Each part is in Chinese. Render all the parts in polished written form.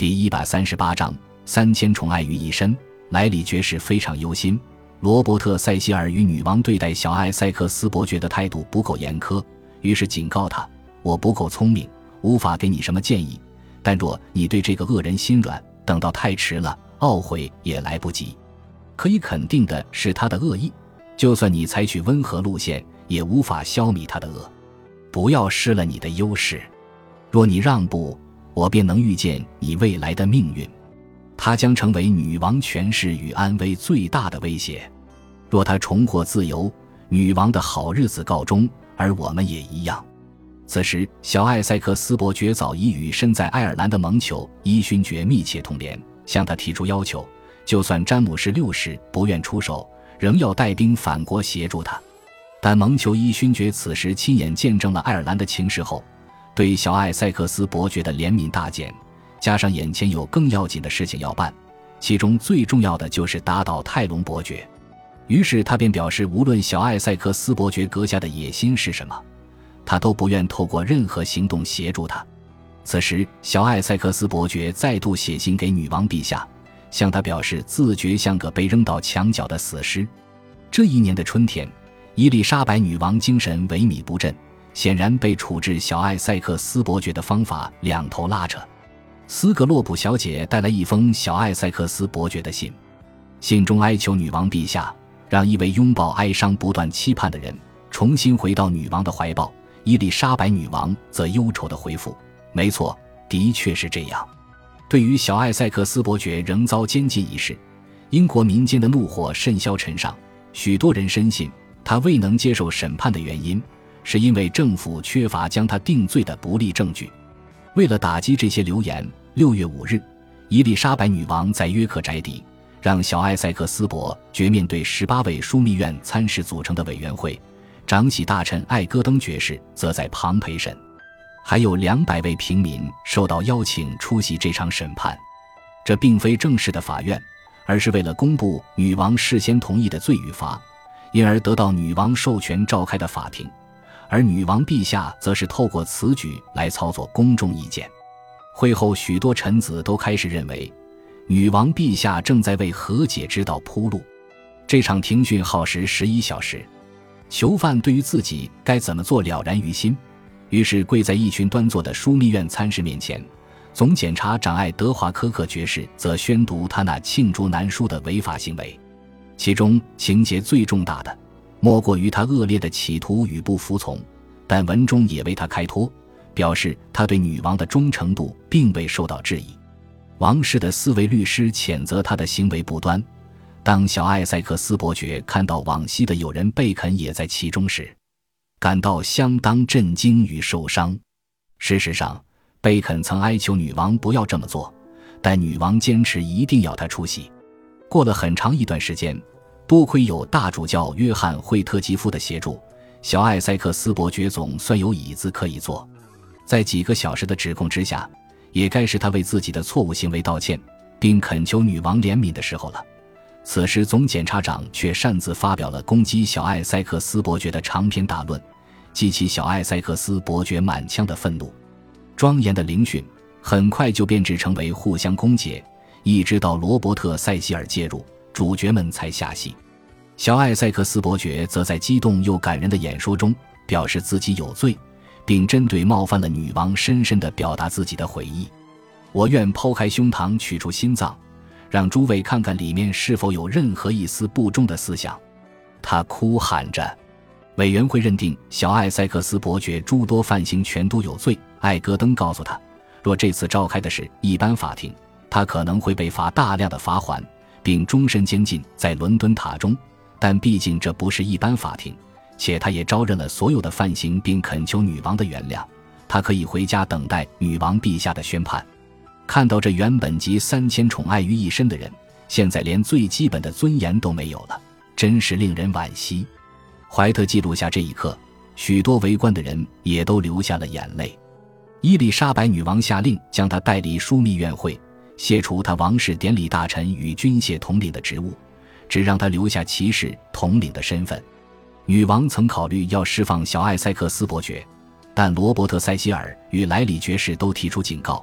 第138章3000宠爱于一身。莱里爵士非常忧心，罗伯特·塞西尔与女王对待小艾塞克斯伯爵的态度不够严苛，于是警告他：我不够聪明，无法给你什么建议，但若你对这个恶人心软，等到太迟了，懊悔也来不及。可以肯定的是他的恶意，就算你采取温和路线，也无法消弭他的恶。不要失了你的优势，若你让步，我便能预见你未来的命运。他将成为女王权势与安危最大的威胁。若他重获自由，女王的好日子告终，而我们也一样。此时小艾塞克斯伯爵早已与身在爱尔兰的蒙裘伊勋爵密切通联，向他提出要求，就算詹姆士六世不愿出手，仍要带兵反国协助他。但蒙裘伊勋爵此时亲眼见证了爱尔兰的情势后，对小艾塞克斯伯爵的怜悯大减，加上眼前有更要紧的事情要办，其中最重要的就是打倒泰隆伯爵。于是他便表示，无论小艾塞克斯伯爵阁下的野心是什么，他都不愿透过任何行动协助他。此时小艾塞克斯伯爵再度写信给女王陛下，向他表示自觉像个被扔到墙角的死尸。这一年的春天，伊丽莎白女王精神萎靡不振，显然被处置小艾塞克斯伯爵的方法两头拉扯。斯格洛普小姐带来一封小艾塞克斯伯爵的信，信中哀求女王陛下让一位拥抱哀伤不断期盼的人重新回到女王的怀抱。伊丽莎白女王则忧愁地回复，没错，的确是这样。对于小艾塞克斯伯爵仍遭监禁一事，英国民间的怒火甚嚣尘上，许多人深信他未能接受审判的原因是因为政府缺乏将他定罪的不利证据。为了打击这些流言，6月5日，伊丽莎白女王在约克宅邸让小艾塞克斯伯爵面对18位枢密院参事组成的委员会，长喜大臣艾戈登爵士则在旁陪审，还有200位平民受到邀请出席这场审判。这并非正式的法院，而是为了公布女王事先同意的罪与罚，因而得到女王授权召开的法庭，而女王陛下则是透过此举来操作公众意见。会后许多臣子都开始认为，女王陛下正在为和解之道铺路。这场庭讯耗时11小时，囚犯对于自己该怎么做了然于心，于是跪在一群端坐的枢密院参事面前。总检察长爱德华科克爵士则宣读他那罄竹难书的违法行为，其中情节最重大的莫过于他恶劣的企图与不服从，但文中也为他开脱，表示他对女王的忠诚度并未受到质疑。王室的4位律师谴责他的行为不端。当小艾塞克斯伯爵看到往昔的友人贝肯也在其中时，感到相当震惊与受伤。事实上，贝肯曾哀求女王不要这么做，但女王坚持一定要他出席。过了很长一段时间，多亏有大主教约翰·惠特吉夫的协助，小艾塞克斯伯爵总算有椅子可以坐。在几个小时的指控之下，也该是他为自己的错误行为道歉，并恳求女王怜悯的时候了。此时总检察长却擅自发表了攻击小艾塞克斯伯爵的长篇大论，激起小艾塞克斯伯爵满腔的愤怒。庄严的聆讯很快就变质成为互相攻讦，一直到罗伯特·塞西尔介入，主角们才下戏。小艾塞克斯伯爵则在激动又感人的演说中表示自己有罪，并针对冒犯了女王深深地表达自己的悔意。我愿剖开胸膛，取出心脏，让诸位看看里面是否有任何一丝不忠的思想。他哭喊着。委员会认定小艾塞克斯伯爵诸多犯行全都有罪。艾戈登告诉他，若这次召开的是一般法庭，他可能会被罚大量的罚款，并终身监禁在伦敦塔中，但毕竟这不是一般法庭，且他也招认了所有的犯行，并恳求女王的原谅，他可以回家等待女王陛下的宣判。看到这原本集3000宠爱于一身的人，现在连最基本的尊严都没有了，真是令人惋惜。怀特记录下这一刻，许多围观的人也都流下了眼泪。伊丽莎白女王下令将他带离枢密院会，卸除他王室典礼大臣与军械统领的职务，只让他留下骑士统领的身份。女王曾考虑要释放小艾塞克斯伯爵，但罗伯特·塞西尔与莱里爵士都提出警告，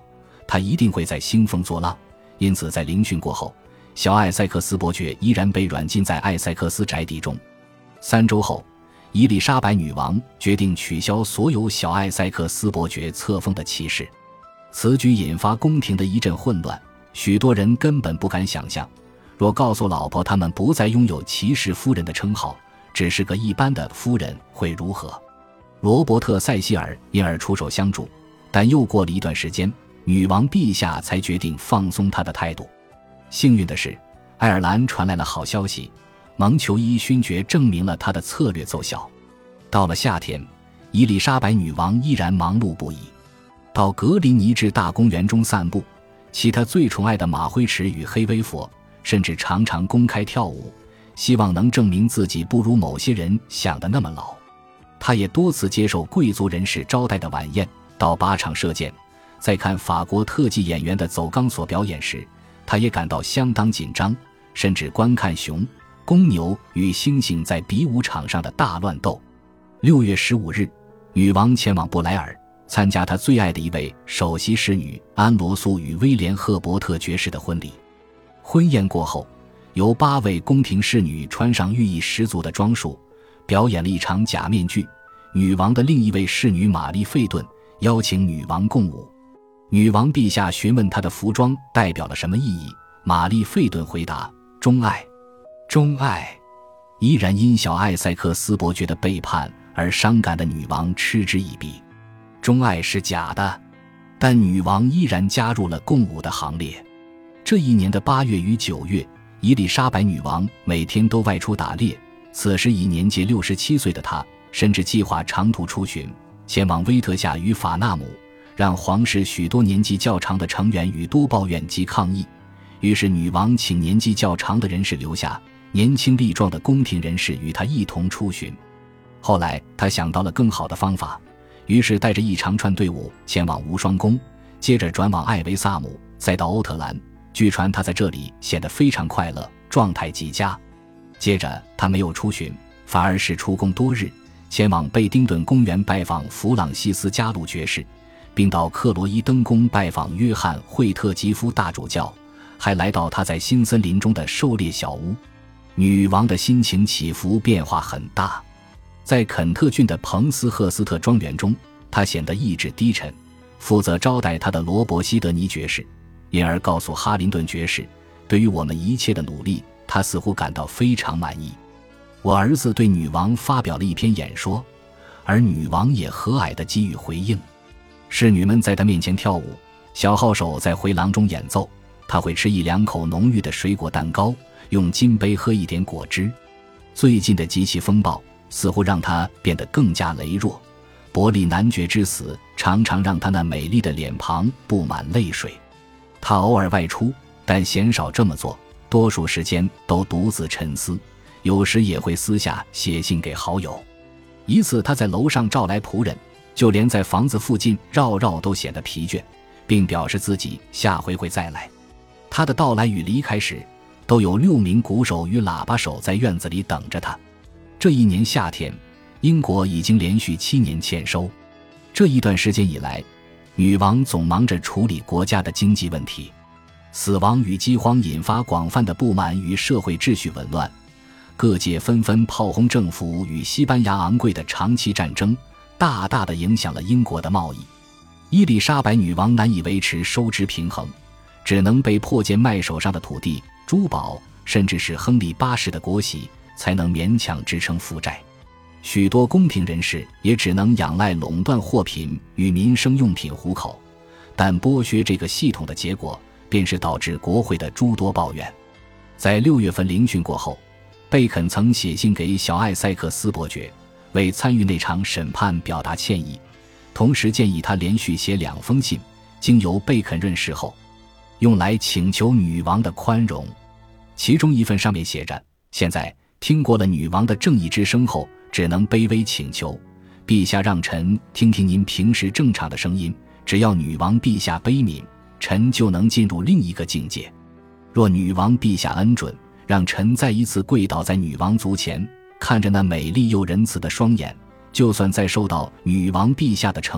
他一定会再兴风作浪。因此在聆讯过后，小艾塞克斯伯爵依然被软禁在艾塞克斯宅邸中。3周后，伊丽莎白女王决定取消所有小艾塞克斯伯爵册封的骑士。此举引发宫廷的一阵混乱，许多人根本不敢想象，若告诉老婆他们不再拥有骑士夫人的称号，只是个一般的夫人会如何。罗伯特·塞西尔因而出手相助，但又过了一段时间，女王陛下才决定放松她的态度。幸运的是，爱尔兰传来了好消息，蒙裘伊勋爵证明了他的策略奏效。到了夏天，伊丽莎白女王依然忙碌不已，到格林尼治大公园中散步，其他最宠爱的马辉驰与黑威佛，甚至常常公开跳舞，希望能证明自己不如某些人想的那么老。他也多次接受贵族人士招待的晚宴，到靶场射箭，在看法国特技演员的走钢索表演时，他也感到相当紧张，甚至观看熊、公牛与猩猩在比武场上的大乱斗。6月15日，女王前往布莱尔，参加她最爱的一位首席侍女安罗素与威廉·赫伯特爵士的婚礼。婚宴过后，由8位宫廷侍女穿上寓意十足的装束，表演了一场假面具。女王的另一位侍女玛丽·费顿邀请女王共舞。女王陛下询问她的服装代表了什么意义，玛丽·费顿回答：钟爱。钟爱。依然因小艾塞克斯伯爵的背叛而伤感的女王嗤之以鼻。钟爱是假的，但女王依然加入了共舞的行列。这一年的8月与9月，伊丽莎白女王每天都外出打猎，此时已年届67岁的她甚至计划长途出巡，前往威特夏与法纳姆，让皇室许多年纪较长的成员与多抱怨及抗议。于是女王请年纪较长的人士留下，年轻力壮的宫廷人士与她一同出巡。后来她想到了更好的方法，于是带着一长串队伍前往无双宫，接着转往艾维萨姆，再到欧特兰。据传她在这里显得非常快乐，状态极佳。接着她没有出巡，反而是出宫多日，前往贝丁顿公园拜访弗朗西斯加路爵士，并到克罗伊登宫拜访约翰惠特吉夫大主教，还来到他在新森林中的狩猎小屋。女王的心情起伏变化很大。在肯特郡的彭斯赫斯特庄园中，她显得意志低沉。负责招待她的罗伯希德尼爵士因而告诉哈林顿爵士，对于我们一切的努力，他似乎感到非常满意。我儿子对女王发表了一篇演说，而女王也和蔼地给予回应。侍女们在她面前跳舞，小号手在回廊中演奏，她会吃1-2口浓郁的水果蛋糕，用金杯喝一点果汁。最近的极其风暴似乎让她变得更加羸弱，伯利男爵之死常常让她那美丽的脸庞布满泪水。她偶尔外出，但鲜少这么做，多数时间都独自沉思，有时也会私下写信给好友。一次她在楼上召来仆人，就连在房子附近绕绕都显得疲倦，并表示自己下回会再来。她的到来与离开时，都有6名鼓手与喇叭手在院子里等着她。这一年夏天，英国已经连续7年欠收。这一段时间以来，女王总忙着处理国家的经济问题。死亡与饥荒引发广泛的不满与社会秩序紊乱，各界纷纷炮轰政府与西班牙昂贵的长期战争，大大地影响了英国的贸易。伊丽莎白女王难以维持收支平衡，只能被迫贱卖手上的土地、珠宝，甚至是亨利8世的国玺，才能勉强支撑负债。许多宫廷人士也只能仰赖垄断货品与民生用品糊口，但剥削这个系统的结果便是导致国会的诸多抱怨。在6月份聆讯过后，贝肯曾写信给小艾塞克斯伯爵，为参与那场审判表达歉意，同时建议他连续写2封信，经由贝肯润饰后，用来请求女王的宽容。其中一份上面写着：现在听过了女王的正义之声后，只能卑微请求陛下让臣听听您平时正常的声音，只要女王陛下悲悯，臣就能进入另一个境界。若女王陛下恩准，让臣再一次跪倒在女王足前，看着那美丽又仁慈的双眼，就算再受到女王陛下的惩戒，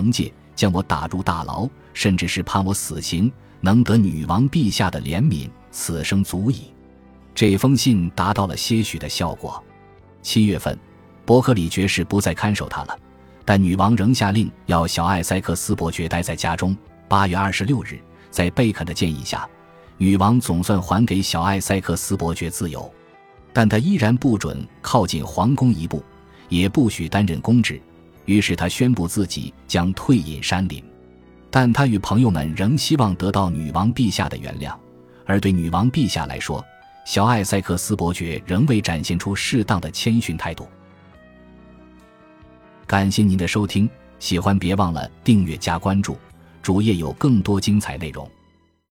将我打入大牢，甚至是判我死刑，能得女王陛下的怜悯，此生足矣。这封信达到了些许的效果。7月份，伯克里爵士不再看守他了，但女王仍下令要小艾塞克斯伯爵待在家中。8月26日，在贝肯的建议下，女王总算还给小艾塞克斯伯爵自由，但他依然不准靠近皇宫一步，也不许担任公职。于是他宣布自己将退隐山林。但他与朋友们仍希望得到女王陛下的原谅，而对女王陛下来说，小艾塞克斯伯爵仍未展现出适当的谦逊态度。感谢您的收听，喜欢别忘了订阅加关注，主页有更多精彩内容。